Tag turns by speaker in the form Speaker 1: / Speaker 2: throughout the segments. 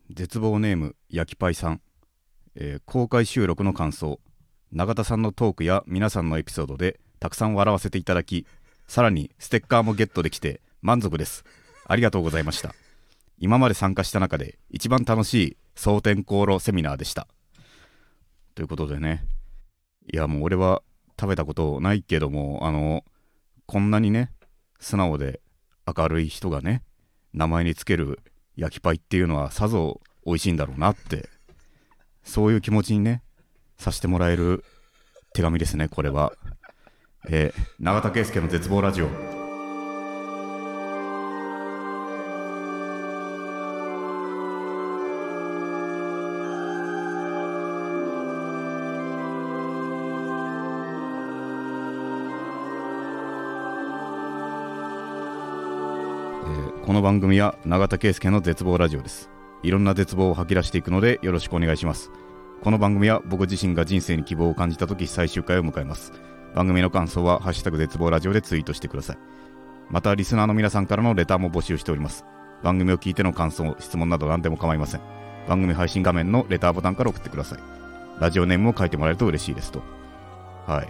Speaker 1: 絶望ネーム焼きパイさん、公開収録の感想。永田さんのトークや皆さんのエピソードでたくさん笑わせていただき、さらにステッカーもゲットできて満足です。ありがとうございました。今まで参加した中で一番楽しい蒼天航路セミナーでした。ということでね、いやもう俺は食べたことないけども、こんなにね素直で明るい人がね名前につける焼きパイっていうのはさぞ美味しいんだろうなって、そういう気持ちにねさせてもらえる手紙ですね、これは。永田圭介の絶望ラジオ。この番組は永田圭介の絶望ラジオです。いろんな絶望を吐き出していくのでよろしくお願いします。この番組は僕自身が人生に希望を感じた時最終回を迎えます。番組の感想はハッシュタグ絶望ラジオでツイートしてください。またリスナーの皆さんからのレターも募集しております。番組を聞いての感想、質問など何でも構いません。番組配信画面のレターボタンから送ってください。ラジオネームを書いてもらえると嬉しいですと。はい、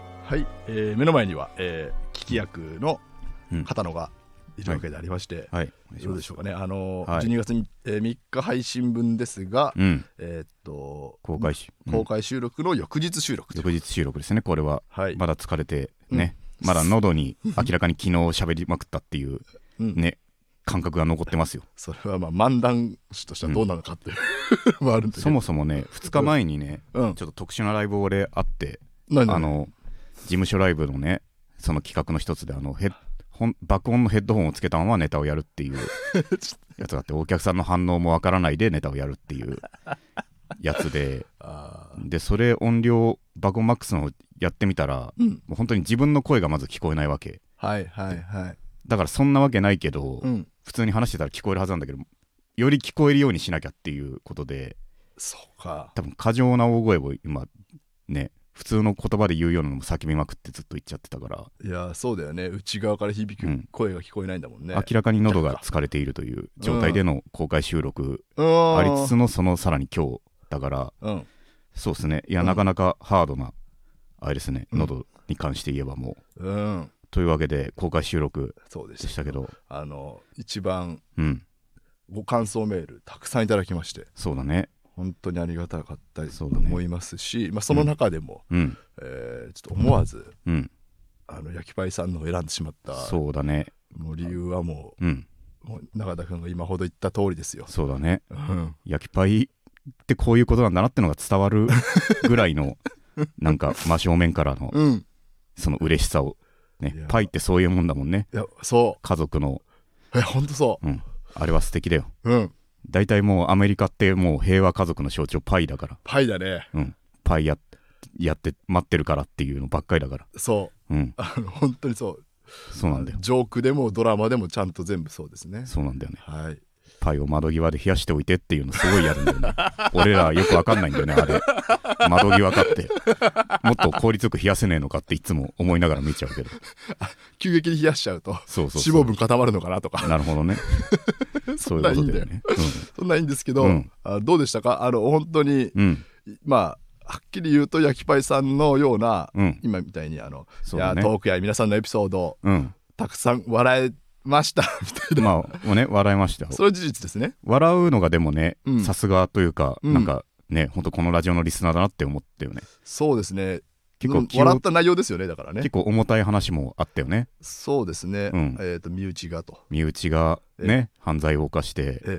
Speaker 2: 目の前には、聞き役の片野がいるわけでありまして、どうでしょうかね。12月に、3日配信分ですが、公開収録の翌日収録
Speaker 1: ですね。これは、まだ疲れてね、まだ喉に明らかに昨日喋りまくったっていうね、感覚が残ってますよ。
Speaker 2: それはまあ漫談師としてはどうなのかっていうもあるんで、
Speaker 1: そもそもね2日前にね、ちょっと特殊なライブ俺あって、事務所ライブのねその企画の一つで爆音のヘッドホンをつけたままネタをやるっていうやつがあって、お客さんの反応もわからないでネタをやるっていうやつででそれ音量爆音マックスのやってみたら、もう本当に自分の声がまず聞こえないわけ。だからそんなわけないけど、普通に話してたら聞こえるはずなんだけど、より聞こえるようにしなきゃっていうことで、
Speaker 2: そうか、
Speaker 1: 多分過剰な大声を今ね普通の言葉で言うようなのも叫びまくってずっと言っちゃってたから。
Speaker 2: いやそうだよね、内側から響く声が聞こえないんだもんね、
Speaker 1: 明らかに喉が疲れているという状態での公開収録ありつつのそのさらに今日だから、そうですね。いや、なかなかハードなあれですね、喉に関して言えばもう、というわけで公開収録でしたけど、
Speaker 2: 一番ご感想メールたくさんいただきまして、
Speaker 1: そうだね、
Speaker 2: 本当にありがたかったりと思いますし、その中でも、ちょっと思わず、焼きパイさんのを選んでしまった。
Speaker 1: そうだね、
Speaker 2: もう理由はもう永田君が今ほど言った通りですよ。
Speaker 1: そうだね、焼きパイってこういうことなんだなってのが伝わるぐらいのなんか真正面からの、その嬉しさをね、パイってそういうもんだもんね。
Speaker 2: いやそう、
Speaker 1: 家族の
Speaker 2: ほんとそう、
Speaker 1: あれは素敵だよ。だいたいもうアメリカってもう平和家族の象徴パイだから。
Speaker 2: パイだね。
Speaker 1: パイやって待ってるからっていうのばっかりだから。
Speaker 2: そう、本当にそう。
Speaker 1: そうなんだよ。
Speaker 2: ジョークでもドラマでもちゃんと全部そうですね。
Speaker 1: そうなんだよね。パイを窓際で冷やしておいてっていうのすごいやるんだよね。俺らよくわかんないんだよね、あれ。窓際かってもっと効率よく冷やせねえのかっていつも思いながら見ちゃうけど
Speaker 2: 急激に冷やしちゃうと脂肪分固まるのかなとか。
Speaker 1: なるほどね。
Speaker 2: そんないいんだよね。そんないいんですけど、どうでしたか。本当に、はっきり言うと焼きパイさんのような、今みたいにいやトークや皆さんのエピソード、たくさん笑えましたみたいな。もうね、笑いましたよ。それは事実ですね。
Speaker 1: 笑うのがでもね、さすがというか、なんかね、本当このラジオのリスナーだなって思ったよね。
Speaker 2: そうですね。結構笑った内容ですよね。だからね、
Speaker 1: 結構重たい話もあったよね。
Speaker 2: そうですね、身内がね、犯罪を犯して、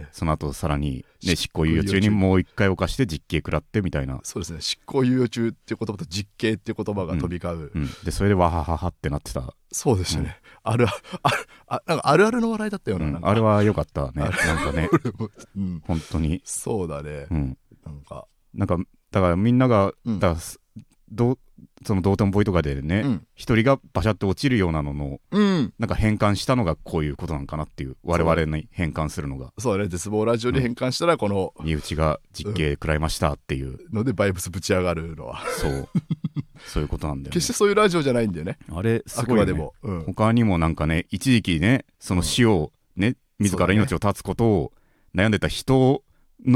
Speaker 2: その後さらに、ね、執行猶予中にもう一回犯して実刑食らってみたいな。 そうですね、執行猶予中っていう言葉と実刑っていう言葉が飛び交う、
Speaker 1: でそれでわはははってなってた。
Speaker 2: そうですね、なんかあるあるの笑いだったような、
Speaker 1: あれは良かったね。なんかね本当に
Speaker 2: そうだね、
Speaker 1: なんかだからみんなが、その道頓堀とかでね、一人がバシャって落ちるようなのの、なんか変換したのがこういうことなのかなっていう、我々に変換するのが。
Speaker 2: そうだね、絶望ラジオに変換したらこの、
Speaker 1: 身内が実刑食らいましたっていう
Speaker 2: のでバイブスぶち上がるのは
Speaker 1: そういうことなんだよね。
Speaker 2: 決してそういうラジオじゃないんだよね。
Speaker 1: あれすごいね。他にもなんかね、一時期ね、その死をね、自ら命を絶つことを悩んでた人の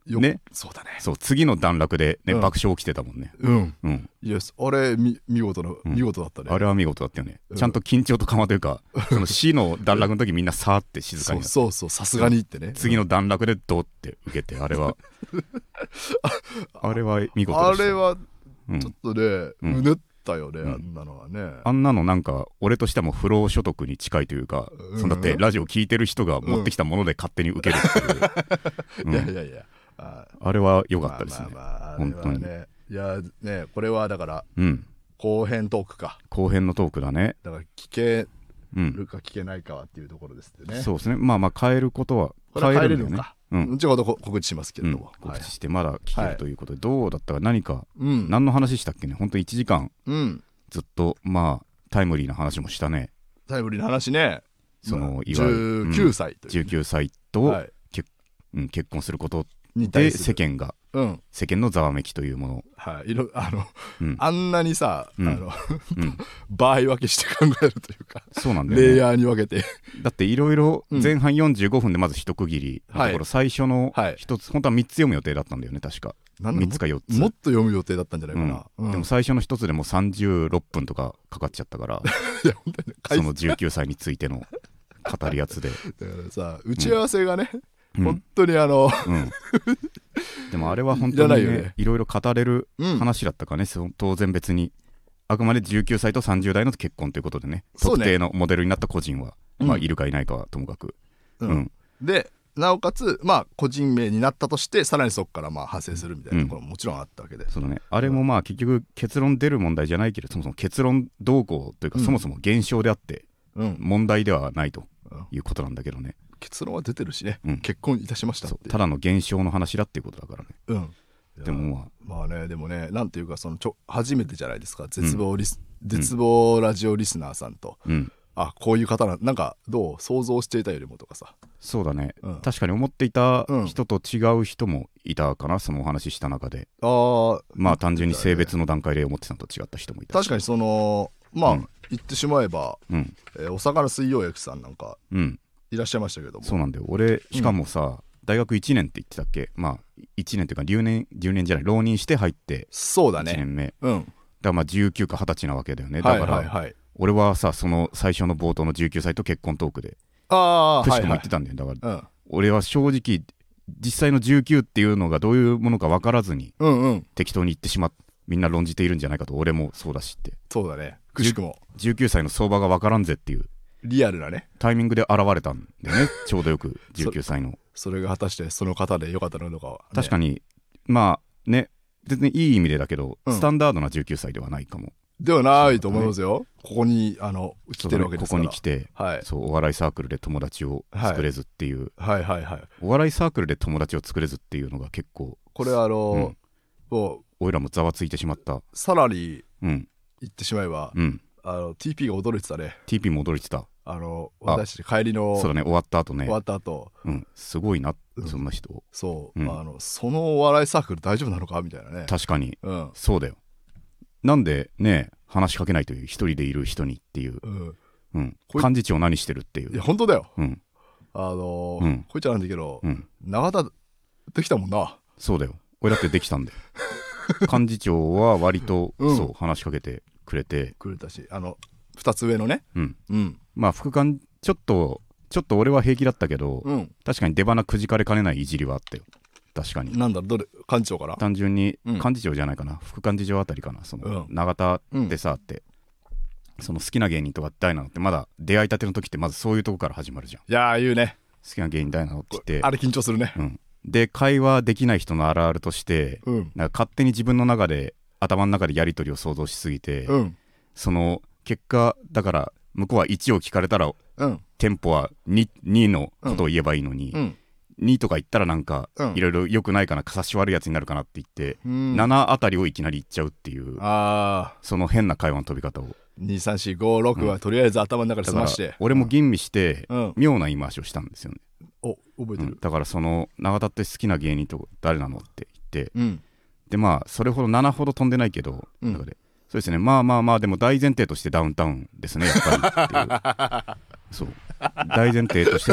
Speaker 1: ね、
Speaker 2: そうだね。
Speaker 1: そう次の段落でね、爆笑起きてたもんね。
Speaker 2: いやあれ見事だったね。
Speaker 1: あれは見事だったよね。ちゃんと緊張と緩和というか、その死の段落の時みんなさーって静かになって、
Speaker 2: そうさすがにってね。
Speaker 1: 次の段落でドって受けて、あれは見事でした。
Speaker 2: あれはちょっとね、うねったよね、あんなのはね。
Speaker 1: あんなのなんか俺としても不労所得に近いというか、だってラジオ聞いてる人が持ってきたもので勝手に受けるっていう。いやあれは良かったですね。本当に。
Speaker 2: いやね、これはだから後編トークか。
Speaker 1: 後編のトークだね。
Speaker 2: だから聞けるか聞けないかはっていうところですね。
Speaker 1: そうですね。まあ変えることは
Speaker 2: 変えれるのか。後ほど告知しますけれども、
Speaker 1: 告知してまだ聞けるということで、どうだったか、何か何の話したっけね。本当1時間ずっとまあタイムリーな話もしたね。
Speaker 2: タイムリーな話ね。
Speaker 1: そのいわゆる
Speaker 2: 19歳と
Speaker 1: 19歳と結婚することで世間のざわめきというもの、
Speaker 2: あんなにさ、場合分けして考えるというか、
Speaker 1: そうなんだよね、
Speaker 2: レイヤーに分けて
Speaker 1: だっていろいろ前半45分でまず一区切りのところ、最初の一つ、本当は3つ読む予定だったんだよね、確か。3つか4つ
Speaker 2: もっと読む予定だったんじゃないかな。
Speaker 1: でも最初の一つでも36分とかかかっちゃったからその19歳についての語るやつでだ
Speaker 2: からさ、打ち合わせがね、本当に
Speaker 1: でもあれは本当にね、いろいろ語れる話だったかね。当然別にあくまで19歳と30代の結婚ということでね、特定のモデルになった個人は、まあいるかいないかはともかく、
Speaker 2: でなおかつまあ個人名になったとしてさらにそこからまあ派生するみたいなところももちろんあったわけで、
Speaker 1: そうだね。あれもまあ結局結論出る問題じゃないけど、そもそも結論動向というか、そもそも現象であって問題ではないということなんだけどね。
Speaker 2: 結論は出てるしね、結婚いたしましたって、
Speaker 1: ただの現象の話だっていうことだからね。でも
Speaker 2: まあね、でもね、なんていうか、その初めてじゃないですか、絶望ラジオリスナーさんと、あ、こういう方なんかどう想像していたよりもとかさ。
Speaker 1: そうだね、確かに思っていた人と違う人もいたかな、そのお話しした中で。まあ単純に性別の段階で思ってたのと違った人もいたし。
Speaker 2: 確かにそのまあ、言ってしまえば、お魚水曜焼さんなんかいらっしゃいましたけども。
Speaker 1: そうなんだよ。俺しかもさ、大学1年って言ってたっけ。まあ1年っていうか10年じゃない、浪人して入って1年目、だからまあ19か20歳なわけだよね。だから俺はさ、その最初の冒頭の19歳と結婚トークでくしくも言ってたんだよ。だから俺は正直実際の19っていうのがどういうものか分からずに適当に言ってしまって、みんな論じているんじゃないかと。俺もそうだしって。
Speaker 2: そうだね、くしくも
Speaker 1: 19歳の相場が分からんぜっていう
Speaker 2: リアルなね
Speaker 1: タイミングで現れたんだよねちょうどよく19歳の
Speaker 2: それが果たしてその方でよかったのかは、
Speaker 1: 確かにまあね、全然いい意味でだけど、スタンダードな19歳ではないかも。
Speaker 2: ではないと思いますよ。ここに来てるわけですから。
Speaker 1: ここに来て、そうお笑いサークルで友達を作れずっていう、お笑いサークルで友達を作れずっていうのが結構
Speaker 2: これ
Speaker 1: おいらもざわついてしまった。
Speaker 2: さらに言ってしまえば、TP が驚いてたね。
Speaker 1: TP も驚いてた。
Speaker 2: 私帰りの、
Speaker 1: そうだね、終わった後ね、すごいな、そんな人。
Speaker 2: そう、そのお笑いサークル大丈夫なのかみたいなね。
Speaker 1: 確かに、そうだよ。なんでね話しかけないという、一人でいる人にっていう、幹事長何してるっていう。
Speaker 2: いや本当だよ。こいつはなんだけど、永田できたもんな。
Speaker 1: そうだよ、俺だってできたんで幹事長は割と、そう話しかけてくれたし、2つ上のね、まあ副官ちょっと俺は平気だったけど、確かに出花くじかれかねないいじりはあったよ。確かに。
Speaker 2: なんだ、どれ幹事長から？
Speaker 1: 単純に幹事長じゃないかな、副幹事長あたりかな。その永田ってさって、その好きな芸人とか誰なのって、まだ出会いたての時ってまずそういうとこから始まるじゃん。
Speaker 2: いやー言うね、
Speaker 1: 好きな芸人誰なのって言って、
Speaker 2: あれ緊張するね。
Speaker 1: で会話できない人のあるあるとして、なんか勝手に自分の中で頭の中でやり取りを想像しすぎて、その結果だから向こうは1を聞かれたら、テンポは 2のことを言えばいいのに、2とか言ったらなんかいろいろ良くないかな、かさし悪いやつになるかなって言って、7あたりをいきなり言っちゃうっていう、その変な会話の飛び方を。
Speaker 2: 23456はとりあえず頭の中で済まして、
Speaker 1: 俺も吟味して妙な言い回しをしたんですよね。
Speaker 2: 覚えてる。
Speaker 1: だからその永田って好きな芸人と誰なのって言って、でまあそれほど7ほど飛んでないけど、中でそうですね、まあでも大前提としてダウンタウンですねやっぱりっていうそう大前提としてって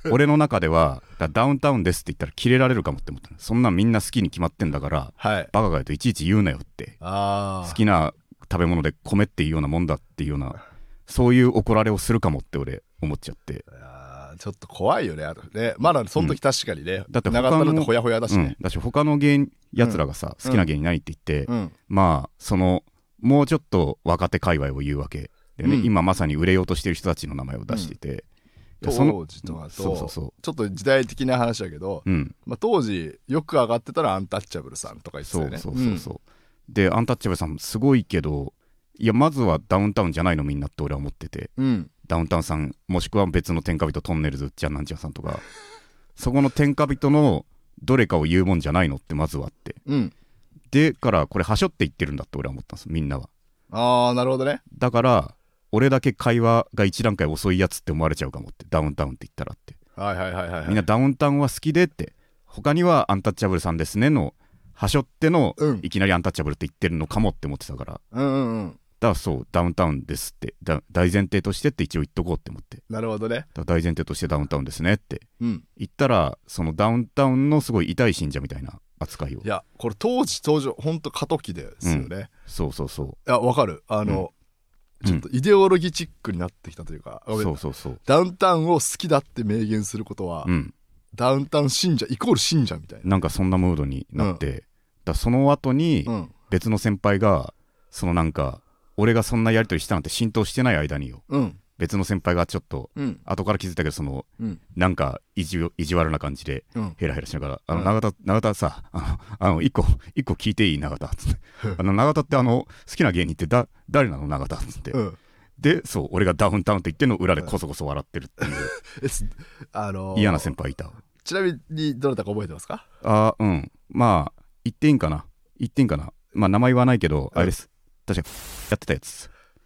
Speaker 1: 俺の中ではダウンタウンですって言ったらキレられるかもって思ったの。そんなんみんな好きに決まってんだから、はい、バカが言うといちいち言うなよって、好きな食べ物で米っていうようなもんだっていうような、そういう怒られをするかもって俺思っちゃって。
Speaker 2: ちょっと怖いよね。あとね、まだその時確かにね、だって他のほやほやだしね、
Speaker 1: だし他のやつらがさ、好きな芸人ないって言って、まあそのもうちょっと若手界隈を言うわけでね、今まさに売れようとしてる人たちの名前を出してて、
Speaker 2: 当時とかとちょっと時代的な話だけど、当時よく上がってたらアンタッチャブルさんとか言ってたよね。
Speaker 1: そうでアンタッチャブルさんすごいけど、いやまずはダウンタウンじゃないのみんなって俺は思ってて、ダウンタウンさんもしくは別の天下人トンネルズじゃんなんちゃんさんとか、そこの天下人のどれかを言うもんじゃないのってまずはあって、でからこれはしょって言ってるんだって俺は思ったんです、みんなは。
Speaker 2: なるほどね。
Speaker 1: だから俺だけ会話が一段階遅いやつって思われちゃうかもって、ダウンタウンって言ったらって、みんなダウンタウンは好きでって、他にはアンタッチャブルさんですねのはしょっての、いきなりアンタッチャブルって言ってるのかもって思ってたから、だからそうダウンタウンですって大前提としてって一応言っとこうって思って。
Speaker 2: なるほどね。
Speaker 1: だ大前提としてダウンタウンですねって言ったら、そのダウンタウンのすごい痛い信者みたいな扱いを。
Speaker 2: いやこれ当時ほんと過渡期ですよね、
Speaker 1: そうい
Speaker 2: やわかる、ちょっとイデオロギチックになってきたというか、ダウンタウンを好きだって明言することは、ダウンタウン信者イコール信者みたいな、
Speaker 1: なんかそんなムードになって、だその後に別の先輩がそのなんか俺がそんなやり取りしたなんて浸透してない間によ、別の先輩がちょっと、後から気づいたけどその、なんか意地悪な感じで、ヘラヘラしながら永田さ一個聞いていい永田っつって永田って好きな芸人って誰なの永田っつって、でそう俺がダウンタウンって言ってんの裏でコソコソ笑ってるっていう嫌な先輩いた。
Speaker 2: ちなみにどなたか覚えてますか？
Speaker 1: まあ言っていいんかなまあ名前言わないけど、あれです、確かやってたやつ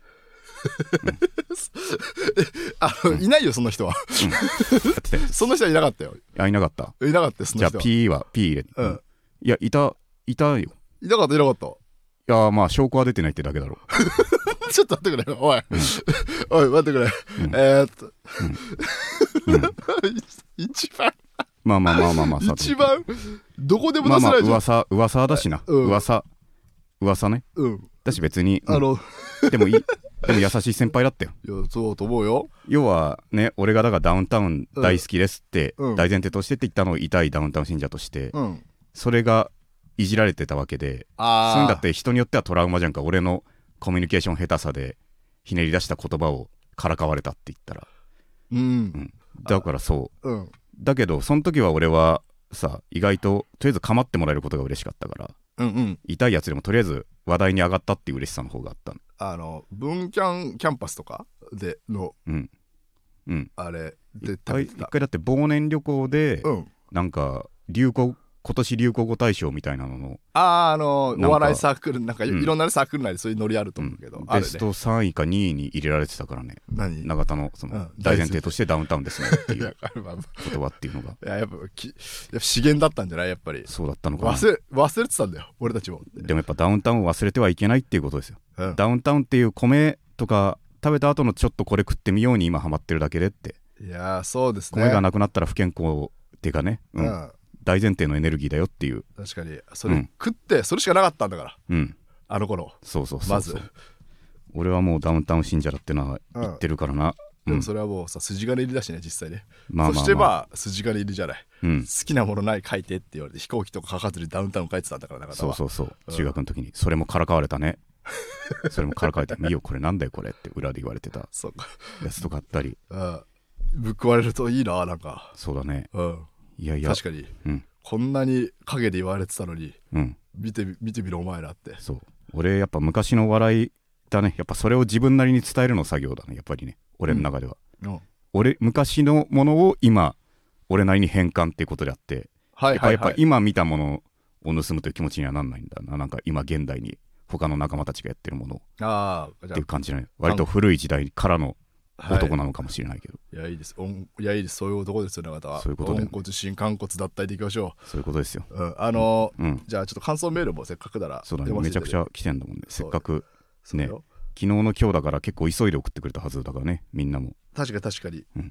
Speaker 2: いないよその人は、そんな人はいなかったよ。
Speaker 1: いなかったその
Speaker 2: 人は。
Speaker 1: じゃあ P 入れて、いやいたよ。
Speaker 2: いなかった。
Speaker 1: いやまあ証拠は出てないってだけだろ
Speaker 2: ちょっと待ってくれおい、おい待ってくれ、一番
Speaker 1: まあ
Speaker 2: 一番どこでも出せないじゃん。
Speaker 1: 噂だしな、噂ね、だし別に、でも優しい先輩だったよ。
Speaker 2: いやそうと思うよ。
Speaker 1: 要はね、俺がだからダウンタウン大好きですって、大前提としてって言ったのを痛いダウンタウン信者として、それがいじられてたわけで、そういうんだって人によってはトラウマじゃんか。俺のコミュニケーション下手さでひねり出した言葉をからかわれたって言ったら、だからそう、だけどその時は俺はさ、意外ととりあえず構ってもらえることが嬉しかったから、痛いやつでもとりあえず話題に上がったっていう嬉しさの方があったの。
Speaker 2: 文キャンキャンパスとかでの、あれで
Speaker 1: 一回だって忘年旅行で、なんか今年流行語大賞みたいなのの
Speaker 2: お笑いサークルなんかいろんなサークル内でそういうノリあると思うけど、
Speaker 1: ベスト3位か2位に入れられてたからね。永田のその大前提としてダウンタウンですねっていう言葉っていうのが
Speaker 2: やっぱ資源だったんじゃない？やっぱり
Speaker 1: そうだったのかな。
Speaker 2: 忘れてたんだよ俺たちも。
Speaker 1: でもやっぱダウンタウンを忘れてはいけないっていうことですよ。ダウンタウンっていう米とか食べた後のちょっとこれ食ってみように今ハマってるだけでって。
Speaker 2: いやそうですね。
Speaker 1: 米がなくなったら不健康っていうかね、大前提のエネルギーだよっていう。
Speaker 2: 確かにそれ食ってそれしかなかったんだから、あの頃。
Speaker 1: そう
Speaker 2: まず
Speaker 1: 俺はもうダウンタウン信者だってのは言ってるからな。
Speaker 2: でもそれはもうさ筋金入りだしね実際ね。そして筋金入りじゃない、好きなものない書いてって言われて飛行機とか書かずにダウンタウン書いてたんだから。
Speaker 1: そう中学の時にそれもからかわれたねそれもからかわれて見よこれなんだよこれって裏で言われてたやつとかあったり、
Speaker 2: ぶっ食われるといいななんか。
Speaker 1: そうだね。いや
Speaker 2: 確かに、こんなに陰で言われてたのに、見てみろお前らって。
Speaker 1: そう俺やっぱ昔の笑いだね。やっぱそれを自分なりに伝えるの作業だねやっぱりね俺の中では、昔のものを今俺なりに変換っていうことであって、やっぱ今見たものを盗むという気持ちにはなんないんだな。なんか今現代に他の仲間たちがやってるものっていう感じね。割と古い時代からの男なのかもしれないけど、
Speaker 2: いやいいですそういう男ですよ永田は。
Speaker 1: そういうことで、
Speaker 2: 温骨心肝骨脱退でいきましょ
Speaker 1: う。そういうことですよ。
Speaker 2: じゃあちょっと感想メールもせっかくなら。
Speaker 1: そうだね、めちゃくちゃ来てんだもんね。せっかくね昨日の今日だから結構急いで送ってくれたはずだからねみんなも。
Speaker 2: 確かに、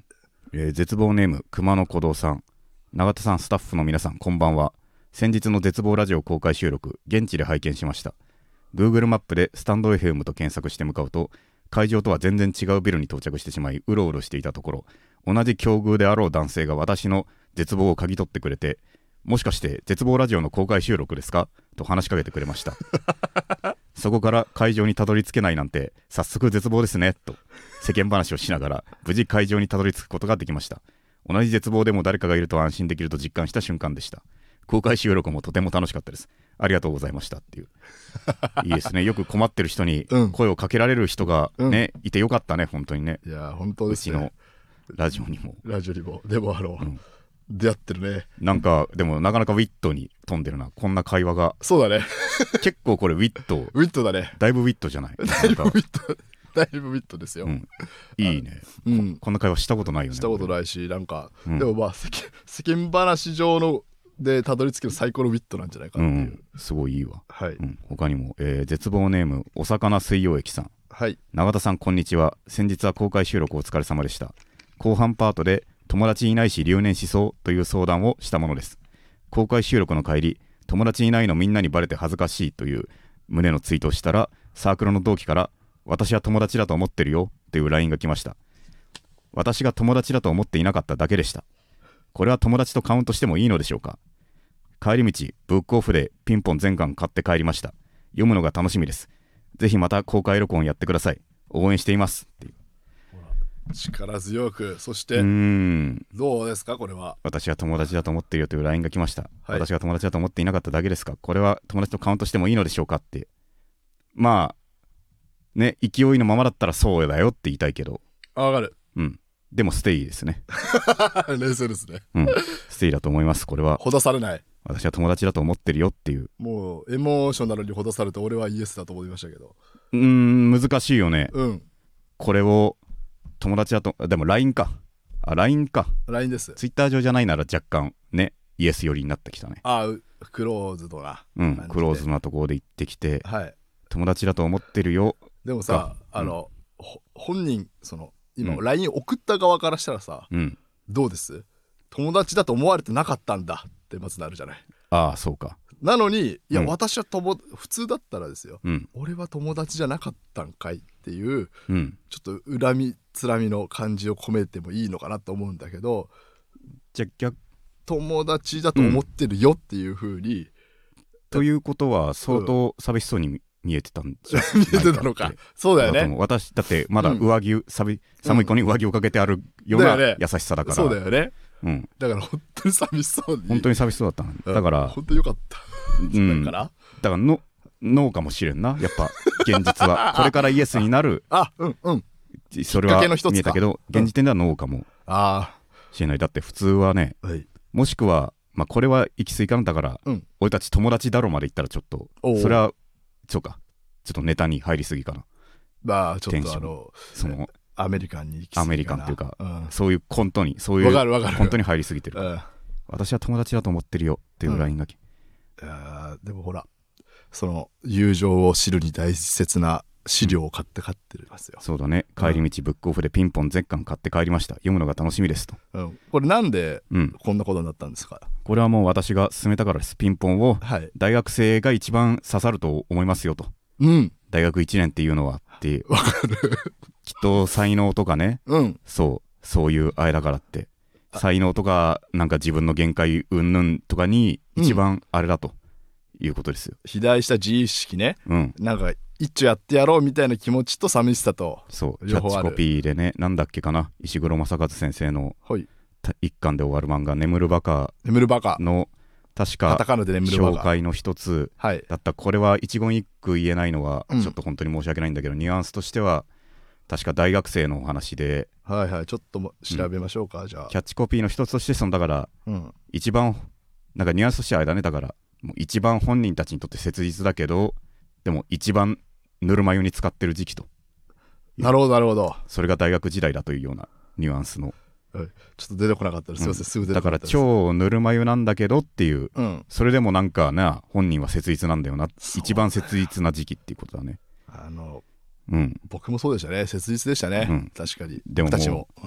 Speaker 1: 絶望ネーム熊野古道さん、永田さん、スタッフの皆さん、こんばんは。先日の絶望ラジオ公開収録、現地で拝見しました。 Google マップでスタンド FM と検索して向かうと、会場とは全然違うビルに到着してしまい、うろうろしていたところ、同じ境遇であろう男性が私の絶望を嗅ぎ取ってくれて、もしかして絶望ラジオの公開収録ですかと話しかけてくれました。そこから会場にたどり着けないなんて早速絶望ですねと世間話をしながら無事会場にたどり着くことができました。同じ絶望でも誰かがいると安心できると実感した瞬間でした。公開収録もとても楽しかったです。ありがとうございましたっていういいですね。よく困ってる人に声をかけられる人がね、いてよかったね、本当にね。
Speaker 2: いや本当ですね。
Speaker 1: うちのラジオにも
Speaker 2: でも出会ってるね。
Speaker 1: なんかでもなかなかウィットに富んでるな、こんな会話が。
Speaker 2: そうだね
Speaker 1: 結構これウィット
Speaker 2: だね。
Speaker 1: だいぶウィットじゃない。
Speaker 2: だいぶウィットですよ、
Speaker 1: いいね、こんな会話したことないよね。
Speaker 2: したことないし、なんか、でもまあ世間話上のでたどり着ける最高のウィットなんじゃないかっていう、
Speaker 1: すごいいいわ。
Speaker 2: はい、
Speaker 1: 他にも、絶望ネームお魚水溶液さん、
Speaker 2: はい、
Speaker 1: 永田さんこんにちは。先日は公開収録お疲れ様でした。後半パートで友達いないし留年しそうという相談をしたものです。公開収録の帰り、友達いないのみんなにバレて恥ずかしいという旨のツイートをしたら、サークルの同期から私は友達だと思ってるよという LINE が来ました。私が友達だと思っていなかっただけでした。これは友達とカウントしてもいいのでしょうか。帰り道ブックオフでピンポン全巻買って帰りました。読むのが楽しみです。ぜひまた公開録音やってください。応援していますっていう。
Speaker 2: 力強く。そしてどうですかこれは。
Speaker 1: 私は友達だと思っているよという LINE が来ました、
Speaker 2: はい、
Speaker 1: 私が友達だと思っていなかっただけですか。これは友達とカウントしてもいいのでしょうかって。まあね、勢いのままだったらそうだよって言いたいけど、
Speaker 2: わかる。
Speaker 1: でもステイですね。
Speaker 2: 冷静ですね。
Speaker 1: ステイだと思います。これは
Speaker 2: ほだされない。
Speaker 1: 私は友達だと思ってるよっていう。
Speaker 2: もうエモーショナルにほだされて、俺はイエスだと思いましたけど。
Speaker 1: 難しいよね。これを友達だと、でも LINE か。LINE
Speaker 2: です。
Speaker 1: Twitter 上じゃないなら若干ね、イエス寄りになってきたね。
Speaker 2: クローズドな。
Speaker 1: クローズなところで行ってきて、
Speaker 2: はい、
Speaker 1: 友達だと思ってるよ。
Speaker 2: でもさ、本人今 LINE 送った側からしたらさ、どうです？友達だと思われてなかったんだってまずなるじゃない。
Speaker 1: そうか。
Speaker 2: なのに、いや、私は普通だったらですよ、俺は友達じゃなかったんかいっていう、ちょっと恨みつらみの感じを込めてもいいのかなと思うんだけど、
Speaker 1: じゃあ
Speaker 2: 友達だと思ってるよっていう風に、
Speaker 1: ということは相当寂しそうに見えてたんじゃないか
Speaker 2: 見えてたのか。そうだよね。
Speaker 1: 私だってまだ上着、寒い子に上着をかけてあるような優しさだから。
Speaker 2: そうだよね。だから本当に寂しそうに。
Speaker 1: 本当に寂しそうだっただから
Speaker 2: 本当によかった。
Speaker 1: だからノーかもしれんな。やっぱ現実はこれからイエスになる。それは見えたけど、現時点ではノーかもしれない。だって普通はね、もしくはこれは行き過ぎかな。だから俺たち友達だろまで言ったらちょっとそれはそうか、ちょっとネタに入りすぎかな。
Speaker 2: ちょっとそのアメリカンに行き過ぎかな。
Speaker 1: アメリカンっていうか、そういうコントに、そういうコントに入りすぎてる。私は友達だと思ってるよっていう LINE が
Speaker 2: でもほら、その友情を知るに大切な資料を買ってますよ。
Speaker 1: そうだね。帰り道ブックオフでピンポン全巻買って帰りました。読むのが楽しみですと。
Speaker 2: これなんでこんなことになったんですか？
Speaker 1: これはもう私が勧めたからです。ピンポンを大学生が一番刺さると思いますよと。大学1年っていうのはっていう。
Speaker 2: わかる。
Speaker 1: きっと才能とかね、そういうあれだからって、才能とかなんか自分の限界云々とかに一番あれだということですよ。
Speaker 2: 肥大した自意識ね。なんか一丁やってやろうみたいな気持ちと寂しさと、
Speaker 1: そうキャッチコピーでね、なんだっけかな、石黒正和先生の一巻で終わる漫画眠るバカの確か紹介の一つだった。これは一言一句言えないのはちょっと本当に申し訳ないんだけど、ニュアンスとしては確か大学生のお話で、
Speaker 2: ちょっと調べましょうか。じゃあ
Speaker 1: キャッチコピーの一つとしてだから、一番なんかニュアンスとしてはあれだね。だからもう一番本人たちにとって切実だけど、でも一番ぬるま湯に使ってる時期と。
Speaker 2: なるほど。
Speaker 1: それが大学時代だというようなニュアンスの。
Speaker 2: ちょっと出てこなかったです。すいません、すぐ出てこなかったです。
Speaker 1: だから超ぬるま湯なんだけどっていう、それでもなんかな、本人は切実なんだよな。一番切実な時期っていうことだね。
Speaker 2: 僕もそうでしたね。切実でしたね。確かに。
Speaker 1: でももう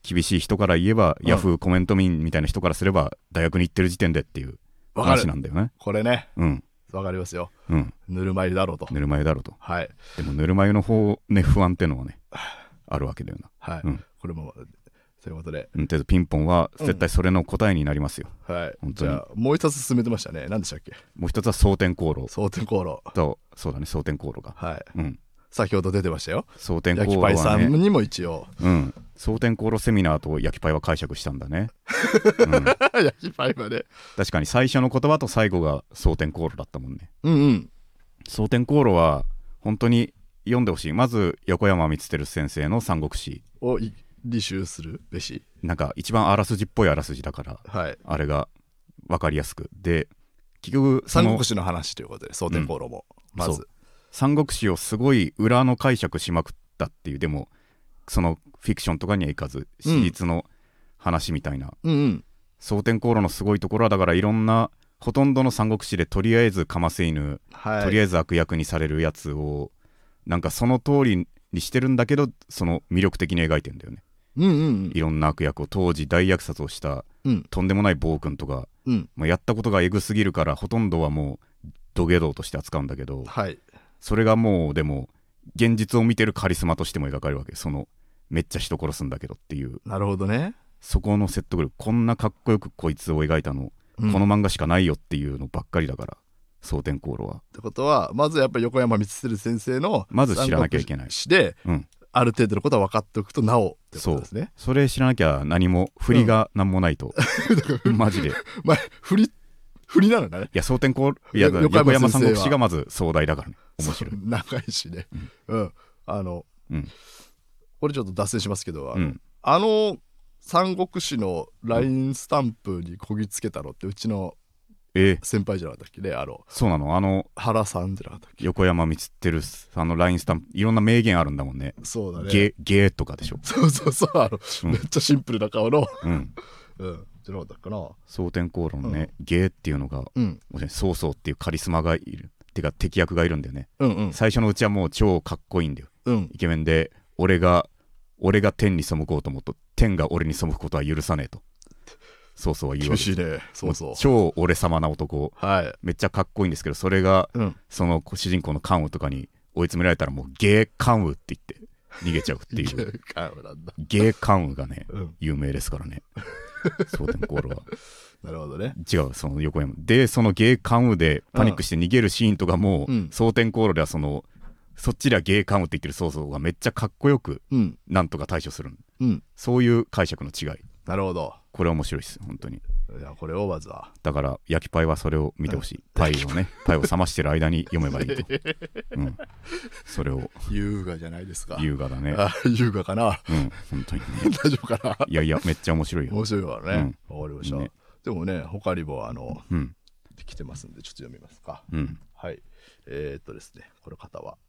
Speaker 1: 厳しい人から言えば、ヤフーコメント民みたいな人からすれば大学に行ってる時点でっていう話なんだよね。
Speaker 2: これね、
Speaker 1: うん
Speaker 2: わかりますよ、
Speaker 1: うん、
Speaker 2: ぬるま湯だろうと。
Speaker 1: ぬるま湯だろうと。
Speaker 2: はい。
Speaker 1: でもぬるま湯の方ね、不安っていうのはねあるわけだよな。
Speaker 2: はい、
Speaker 1: うん、
Speaker 2: これもということで、
Speaker 1: ピンポンは絶対それの答えになりますよ、
Speaker 2: はい。
Speaker 1: 本当に。
Speaker 2: じゃあもう一つ進めてましたね。何でしたっけ？
Speaker 1: もう一つは蒼天航路
Speaker 2: 蒼天航路
Speaker 1: と、そうだね、蒼天航路が、
Speaker 2: はい、
Speaker 1: うん、
Speaker 2: 先ほど出てましたよ。
Speaker 1: 蒼天航路
Speaker 2: 焼きパイさ
Speaker 1: はね、
Speaker 2: んにも一応、
Speaker 1: うん、蒼天航路セミナーと焼きパイは解釈したんだね、うん、
Speaker 2: 焼きパイはね、
Speaker 1: 確かに最初の言葉と最後が蒼天航路だったもんね。
Speaker 2: うんうん。
Speaker 1: 蒼天航路は本当に読んでほしい。まず横山光輝先生の三国志
Speaker 2: を履修するべし。
Speaker 1: なんか一番あらすじっぽいあらすじだから、
Speaker 2: はい、
Speaker 1: あれが分かりやすくで、結局
Speaker 2: 三国志の話ということで蒼天航路も、
Speaker 1: うん、
Speaker 2: まず
Speaker 1: 三国志をすごい裏の解釈しまくったっていう、でもそのフィクションとかにはいかず史実の話みたいな、
Speaker 2: うんうん、
Speaker 1: 蒼天航路のすごいところはだからいろんな、ほとんどの三国志でとりあえずかませ犬、はい、とりあえず悪役にされるやつをなんかその通りにしてるんだけど、その魅力的に描いてんだよね、
Speaker 2: うんうんうん、
Speaker 1: いろんな悪役を、当時大虐殺をした、
Speaker 2: うん、
Speaker 1: とんでもない暴君とか、うん、まあ、やったことがエグすぎるからほとんどはもう土下座として扱うんだけど、
Speaker 2: はい、
Speaker 1: それがもうでも現実を見てるカリスマとしても描かれるわけ。そのめっちゃ人殺すんだけどっていう、
Speaker 2: なるほどね、
Speaker 1: そこの説得力、こんなかっこよくこいつを描いたの、うん、この漫画しかないよっていうのばっかりだから蒼天航路は。
Speaker 2: ってことはまずやっぱり横山光輝先生の
Speaker 1: まず知らなきゃいけない
Speaker 2: で、
Speaker 1: うん、
Speaker 2: ある程度のことは分かっておくとなおってことですね。
Speaker 1: それ知らなきゃ何も振りが何もないと、うん、マジで
Speaker 2: まあ振りなのかね。
Speaker 1: いや蒼天航路、いや横山三国志がまず壮大だからね、面白い、
Speaker 2: 長いしね、うん、うん、
Speaker 1: うん、
Speaker 2: これちょっと脱線しますけど、
Speaker 1: うん、
Speaker 2: 三国志の LINE スタンプにこぎつけたのってうちの先輩じゃなかったっけね。
Speaker 1: そうなの、
Speaker 2: 原さんじゃなかったっけ。
Speaker 1: 横山光輝さんの LINE スタンプ、いろんな名言あるんだもんね。
Speaker 2: そうだね、
Speaker 1: ゲーとかでしょ。
Speaker 2: そうそうそう、うん、めっちゃシンプルな顔の
Speaker 1: うん
Speaker 2: うん、じゃなかったかな。
Speaker 1: 蒼天航路のね、うん、ゲーっていうのが、
Speaker 2: うん、
Speaker 1: 曹操っていうカリスマがいるってか敵役がいるんだよね、
Speaker 2: うんうん、
Speaker 1: 最初のうちはもう超かっこいいんだよ、
Speaker 2: うん、
Speaker 1: イケメンで、俺が天に背こうと思うと天が俺に背くことは許さねえと曹操は言うわけです。
Speaker 2: 厳しいね、そうそう、
Speaker 1: 超俺様な男、
Speaker 2: はい、
Speaker 1: めっちゃかっこいいんですけど、それが、うん、その主人公の関羽とかに追い詰められたらもうゲー関羽って言って逃げちゃうっていうゲー関羽がね、うん、有名ですからね蒼天航路は。
Speaker 2: なるほどね。
Speaker 1: 違う、その横山でそのゲー関羽でパニックして逃げるシーンとかも、蒼天航路ではそっちではゲー関羽って言ってる曹操がめっちゃかっこよく、なんとか対処する、
Speaker 2: うん、
Speaker 1: そういう解釈の違い。
Speaker 2: なるほど、
Speaker 1: これは面白いです本当に。
Speaker 2: いやこれをまずは
Speaker 1: だから焼きパイはそれを見てほしい、パイを冷ましてる間に読めばいいと、うん、それを。
Speaker 2: 優雅じゃないですか。
Speaker 1: 優雅だね。
Speaker 2: 優雅かな、
Speaker 1: うん、本当にね
Speaker 2: 大丈夫かな。
Speaker 1: いやめっちゃ面白いよ。
Speaker 2: 面白いわね、わかりました、
Speaker 1: ね、
Speaker 2: でもね他にも
Speaker 1: うん、
Speaker 2: 来てますんでちょっと読みますか、
Speaker 1: うん、
Speaker 2: はい。ですね、この方は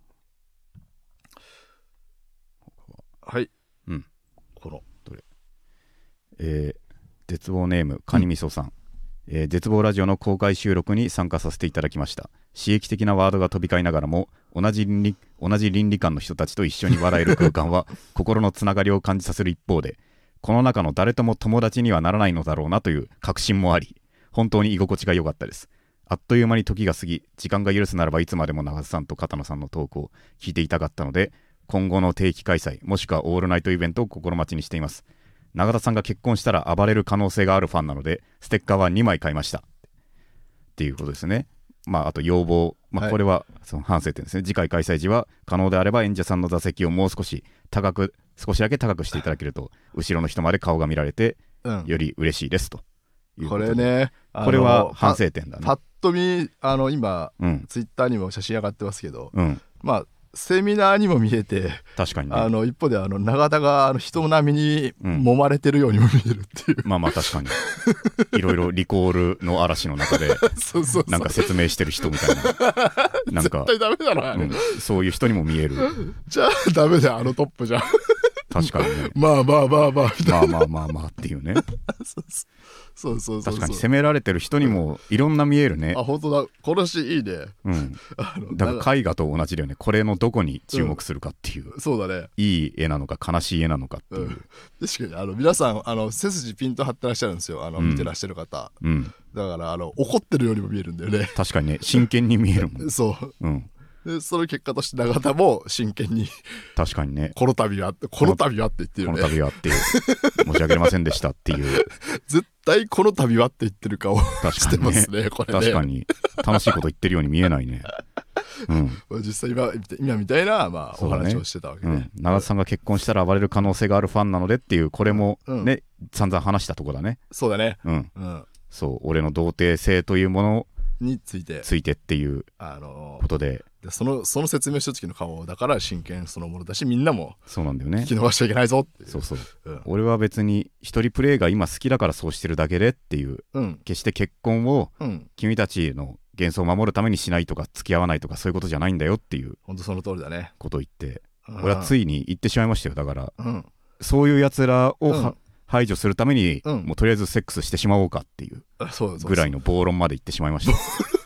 Speaker 2: はい、
Speaker 1: うん、
Speaker 2: この
Speaker 1: どれ、絶望ネームカニみそさん、絶望ラジオの公開収録に参加させていただきました。刺激的なワードが飛び交いながらも同じ倫理観の人たちと一緒に笑える空間は心のつながりを感じさせる一方で、この中の誰とも友達にはならないのだろうなという確信もあり、本当に居心地が良かったです。あっという間に時が過ぎ、時間が許すならばいつまでも長瀬さんと片野さんのトークを聞いていたかったので、今後の定期開催もしくはオールナイトイベントを心待ちにしています。永田さんが結婚したら暴れる可能性があるファンなのでステッカーは2枚買いましたっていうことですね。まあ、あと要望、まあ、これはその反省点ですね、はい、次回開催時は可能であれば演者さんの座席をもう少しだけ高くしていただけると後ろの人まで顔が見られて、より嬉しいですということで、
Speaker 2: これね、
Speaker 1: これは反省点だね。
Speaker 2: パッと見今、ツイッターにも写真上がってますけど、まあセミナーにも見えて、
Speaker 1: 確かに、ね、
Speaker 2: 一方で永田が人並みに揉まれてるようにも見えるっていう、
Speaker 1: まあ確かにいろいろリコールの嵐の中でなんか説明してる人みたいななんか
Speaker 2: 絶対ダメだな、
Speaker 1: そういう人にも見える。
Speaker 2: じゃあダメだよ、トップじゃん
Speaker 1: 確かにね
Speaker 2: まあまあまあまあみたいな
Speaker 1: まあまあまあまあっていうね
Speaker 2: そう
Speaker 1: 確かに責められてる人にもいろんな見えるね。
Speaker 2: あ本当だこのシーンいいね。
Speaker 1: だから絵画と同じだよね。これのどこに注目するかっていう、
Speaker 2: そうだね。
Speaker 1: いい絵なのか悲しい絵なのかっていう、
Speaker 2: 確かに皆さん背筋ピンと張ってらっしゃるんですよ見てらっしゃる方、だから怒ってるようにも見えるんだよね。
Speaker 1: 確かにね真剣に見えるもん
Speaker 2: そう、でその結果として永田も真剣に
Speaker 1: 確かにね
Speaker 2: この度はって言ってるよね。
Speaker 1: この度はっていう申し訳ありませんでしたっていう
Speaker 2: 絶対この度はって言ってる顔してますねこれね。
Speaker 1: 確かに楽しいこと言ってるように見えないね。
Speaker 2: 実際今みたいな、お話をしてたわけで、
Speaker 1: 永田さんが結婚したら暴れる可能性があるファンなのでっていうこれもね、散々話したとこだね。
Speaker 2: そうだね。
Speaker 1: そう俺の童貞性というもの
Speaker 2: について
Speaker 1: っていうことで、
Speaker 2: その説明した時の顔だから真剣そのものだし、みんなも
Speaker 1: そうなんだよね。
Speaker 2: 聞き逃しちゃいけないぞっていう。
Speaker 1: そう、俺は別に一人プレイが今好きだからそうしてるだけでっていう、決して結婚を君たちの幻想を守るためにしないとか付き合わないとかそういうことじゃないんだよっていう
Speaker 2: 本当その通りだね
Speaker 1: ことを言って、俺はついに言ってしまいましたよ。だから、そういうやつらを、排除するために、もうとりあえずセックスしてしまおうかっていうぐらいの暴論まで言ってしまいました。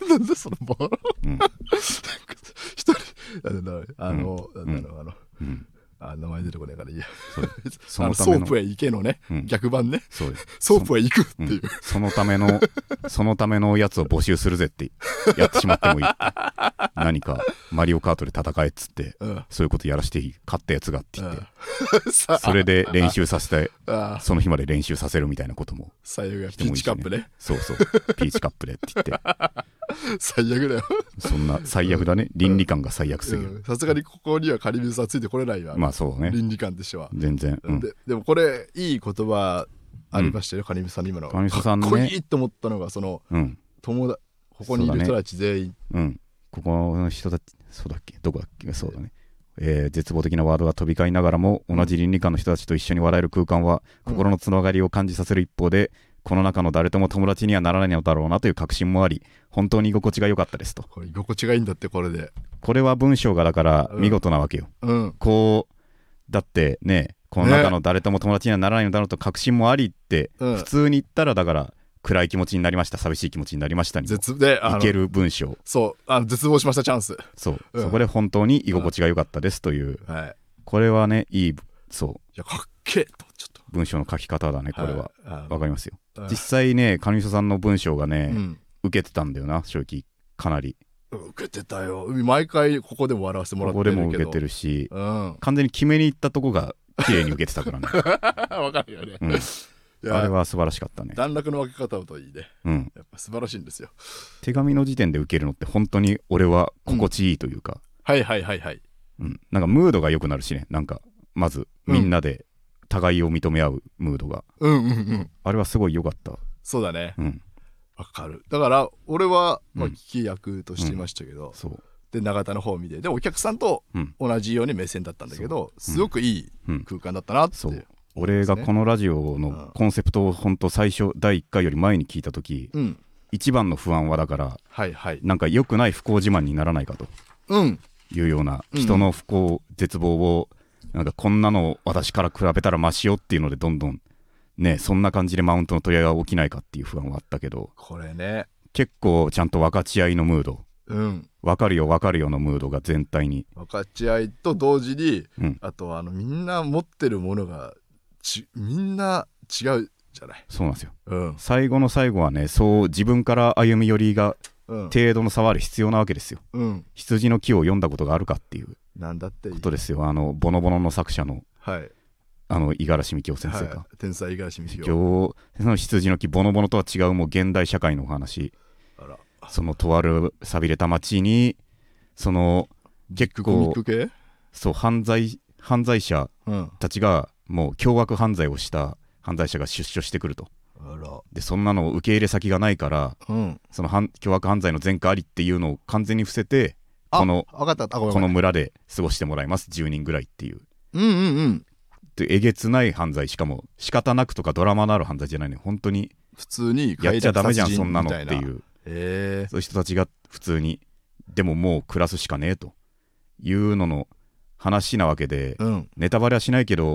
Speaker 2: なんでその暴論一人なんだろう名前出てこないからいいやソープへ行けのね、逆版ね。ソープへ行くっていう、
Speaker 1: そのためのやつを募集するぜってやってしまってもいい何かマリオカートで戦えっつって、そういうことやらしていい勝ったやつがって言って、それで練習させてその日まで練習させるみたいなことも
Speaker 2: 最悪がピーチカップね。
Speaker 1: そうピーチカップでって言って
Speaker 2: 最悪だよ。
Speaker 1: そんな最悪だね。倫理観が最悪すぎる。
Speaker 2: さすがにここにはカリビスはついてこれないわ。
Speaker 1: まあそうね。
Speaker 2: 倫理観としては
Speaker 1: 全然。
Speaker 2: でもこれいい言葉ありましたよ、カリビスさんの今の。かっこいいと思ったのがそのここにいる人たち全員。
Speaker 1: ここの人たちそうだっけどこだっけそうだね。絶望的なワードが飛び交いながらも同じ倫理観の人たちと一緒に笑える空間は心のつながりを感じさせる一方で、この中の誰とも友達にはならないのだろうなという確信もあり、本当に居心地が良かったですと。
Speaker 2: これ居心地がいいんだって。これで
Speaker 1: これは文章がだから見事なわけよ。こうだってね、この中の誰とも友達にはならないのだろうと確信もありって、普通に言ったらだから暗い気持ちになりました、寂しい気持ちになりましたにいける文章。
Speaker 2: そう絶望しましたチャンス。
Speaker 1: そこで本当に居心地が良かったですという、これはねいい
Speaker 2: いやかっけえとちょっと
Speaker 1: 文章の書き方だね。これはわかりますよ。実際ね上磯さんの文章がね、受けてたんだよな正直。かなり
Speaker 2: 受けてたよ。毎回ここでも笑わせてもらってるけど、
Speaker 1: ここでも受けてるし、完全に決めに行ったとこが綺麗に受けてたからね
Speaker 2: わかるよね、
Speaker 1: あれは素晴らしかったね。
Speaker 2: 段落の分け方といいね、やっぱ素晴らしいんですよ。
Speaker 1: 手紙の時点で受けるのって本当に俺は心地いいというか、
Speaker 2: なん
Speaker 1: かムードが良くなるしね。なんかまずみんなで互いを認め合うムードが、あれはすごい良かった。
Speaker 2: そうだね、わかる。だから俺は聞き役としていましたけど、で永田の方を見て、でお客さんと同じように目線だったんだけど、すごくいい空間だったなって。
Speaker 1: 俺がこのラジオのコンセプトを本当最初第1回より前に聞いた時、一番の不安はだから、なんか良くない不幸自慢にならないかというような、人の不幸絶望をなんかこんなの私から比べたらマシよっていうのでどんどんね、そんな感じでマウントの取り合いが起きないかっていう不安はあったけど、
Speaker 2: これね
Speaker 1: 結構ちゃんと分かち合いのムード、分かるよ分かるよのムードが全体に
Speaker 2: 分かち合いと同時に、あとみんな持ってるものがみんな違うじゃない。
Speaker 1: そうなんですよ、最後の最後はね、そう自分から歩み寄りが程度の差はある必要なわけですよ、羊の木を読んだことがあるかっていうことですよ。ボノボノの作者の五十嵐美京先生か、
Speaker 2: 天才五十嵐美京
Speaker 1: の羊の木、ボノボノとは違うもう現代社会のお話。そのとある寂れた町にその結構そう犯罪者たちがもう凶悪犯罪をした犯罪者が出所してくると。でそんなの受け入れ先がないから、その凶悪犯罪の前科ありっていうのを完全に伏せてこの村で過ごしてもらいます、10人ぐらいっていう、でえげつない犯罪、しかも仕方なくとかドラマのある犯罪じゃないね、本当に
Speaker 2: 普通に
Speaker 1: やっちゃダメじゃんそんなのっていう、そういう人たちが普通にでももう暮らすしかねえというのの話なわけで、ネタバレはしないけど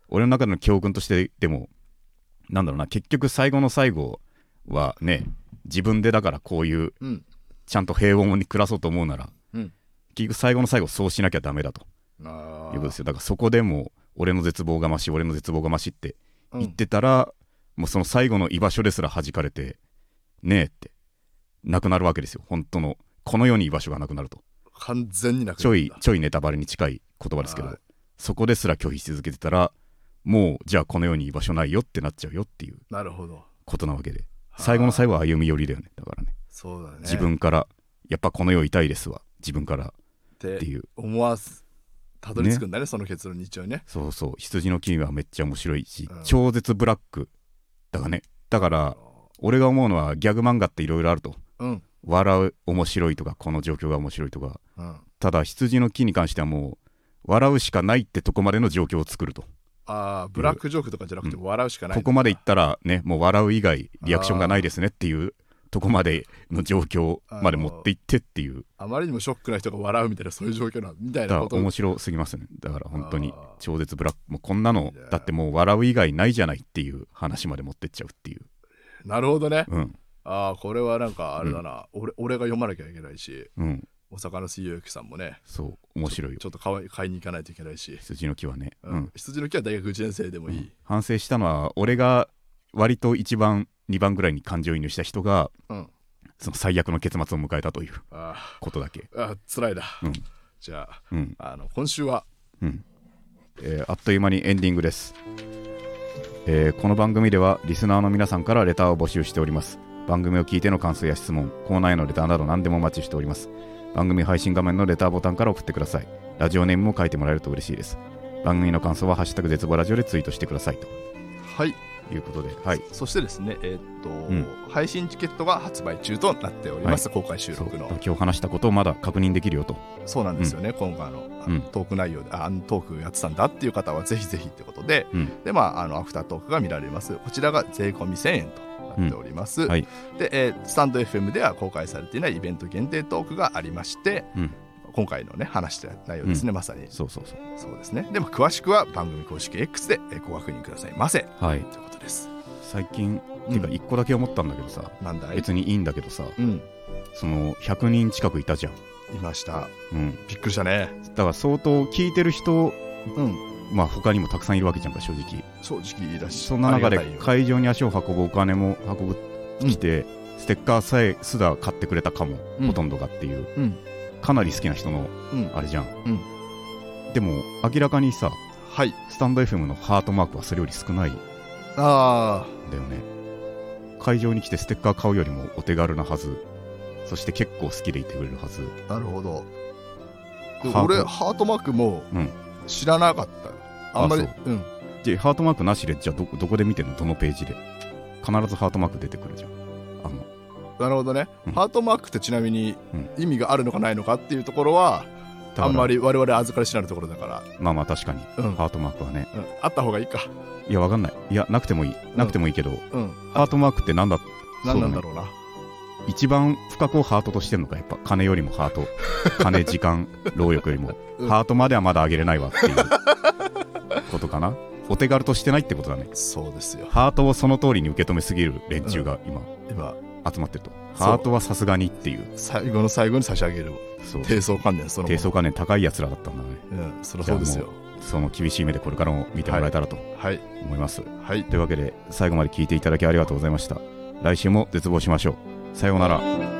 Speaker 1: 俺の中での教訓としてでもなんだろうな、結局最後の最後はね、自分でだからこういう、ちゃんと平穏に暮らそうと思うなら、結局最後の最後そうしなきゃダメだということですよ。だからそこでも俺の絶望がましって言ってたら、もうその最後の居場所ですら弾かれてねえってなくなるわけですよ。本当のこの世に居場所がなくなると。
Speaker 2: 完全になくなる。
Speaker 1: ちょいネタバレに近い言葉ですけど、そこですら拒否し続けてたら、もうじゃあこの世に居場所ないよってなっちゃうよっていうことなわけで、最後の最後は歩み寄りだよね。だからね、
Speaker 2: そうだね、
Speaker 1: 自分からやっぱこの世痛いですわ、自分からっていう
Speaker 2: 思わずたどり着くんだね、その結論に一応ね。
Speaker 1: そうそう、羊の木はめっちゃ面白いし、超絶ブラックだからね。だから俺が思うのはギャグ漫画っていろいろあると、笑う面白いとかこの状況が面白いとか、ただ羊の木に関してはもう笑うしかないってとこまでの状況を作ると。
Speaker 2: ブラックジョークとかじゃなくて笑うしかない、
Speaker 1: ここまでいったらね、もう笑う以外リアクションがないですねっていうとこまでの状況まで持っていってっていう、
Speaker 2: あまりにもショックな人が笑うみたいな、そういう状況なみたいなこと。
Speaker 1: 面白すぎますね。だから本当に超絶ブラック、もうこんなのだってもう笑う以外ないじゃないっていう話まで持ってっちゃうっていう。
Speaker 2: なるほどね、これはなんかあれだな、俺が読まなきゃいけないし、お魚水曜日さんもね、
Speaker 1: そう面白いよ。
Speaker 2: ちょっと買いに行かないといけないし、
Speaker 1: 羊の木はね、
Speaker 2: 羊の木は大学1年生でもいい、
Speaker 1: 反省したのは俺が割と1番2番ぐらいに感情移入した人が、その最悪の結末を迎えたということだけ。
Speaker 2: 辛いな、じゃあ、今週は、
Speaker 1: あっという間にエンディングです。この番組ではリスナーの皆さんからレターを募集しております。番組を聞いての感想や質問、コーナーへのレターなど何でもお待ちしております。番組配信画面のレターボタンから送ってください。ラジオネームも書いてもらえると嬉しいです。番組の感想はハッシュタグ絶望ラジオでツイートしてくださいということで、
Speaker 2: そしてですね、配信チケットが発売中となっております、公開収録の。
Speaker 1: 今日話したことをまだ確認できるよと。
Speaker 2: そうなんですよね、今回トーク内容でトークやってたんだっていう方はぜひぜひってことで、でアフタートークが見られます。こちらが税込み1000円となっております、で、スタンド FM では公開されていないイベント限定トークがありまして、今回のね話した内容ですね、まさにそうですね。でも詳しくは番組公式 X でご確認くださいませ、ということです。
Speaker 1: 最近てか1個だけ思ったんだけどさ、別にいいんだけどさ、その100人近くいたじゃん。
Speaker 2: いました、びっくりしたね。
Speaker 1: だから相当聞いてる人、他にもたくさんいるわけじゃんか、正直
Speaker 2: いらっしゃる。
Speaker 1: そんな中で会場に足を運ぶお金も運ぶ来て、ステッカーさえすら買ってくれたかも、ほとんどがっていう、かなり好きな人のあれじゃん、でも明らかにさ、スタンド FM のハートマークはそれより少ないだよね。会場に来てステッカー買うよりもお手軽なはず、そして結構好きでいてくれるはず。なるほど。
Speaker 2: 俺ハートマークも知らなかった、あんまり。
Speaker 1: でハートマークなしでじゃあ どこで見てんの？どのページで？必ずハートマーク出てくるじゃん。
Speaker 2: なるほどね、ハートマークってちなみに意味があるのかないのかっていうところは、あんまり我々預かり知らぬところだから。まあ確かに、ハートマークはね、あった方がいいか。いやわかんない。いやなくてもいいけど、ハートマークって何なんだろうな。一番深くをハートとしてんのか、やっぱ金よりもハート、金時間労力よりも、ハートまではまだ上げれないわっていうことかな。お手軽としてないってことだね。そうですよ。ハートをその通りに受け止めすぎる連中が今集まってると。ハートはさすがにっていう、最後の最後に差し上げる低層観念、低層観念高いやつらだったんだね。そりゃそうですよ。その厳しい目でこれからも見てもらえたらと思います。というわけで最後まで聞いていただきありがとうございました。来週も絶望しましょう。さようなら。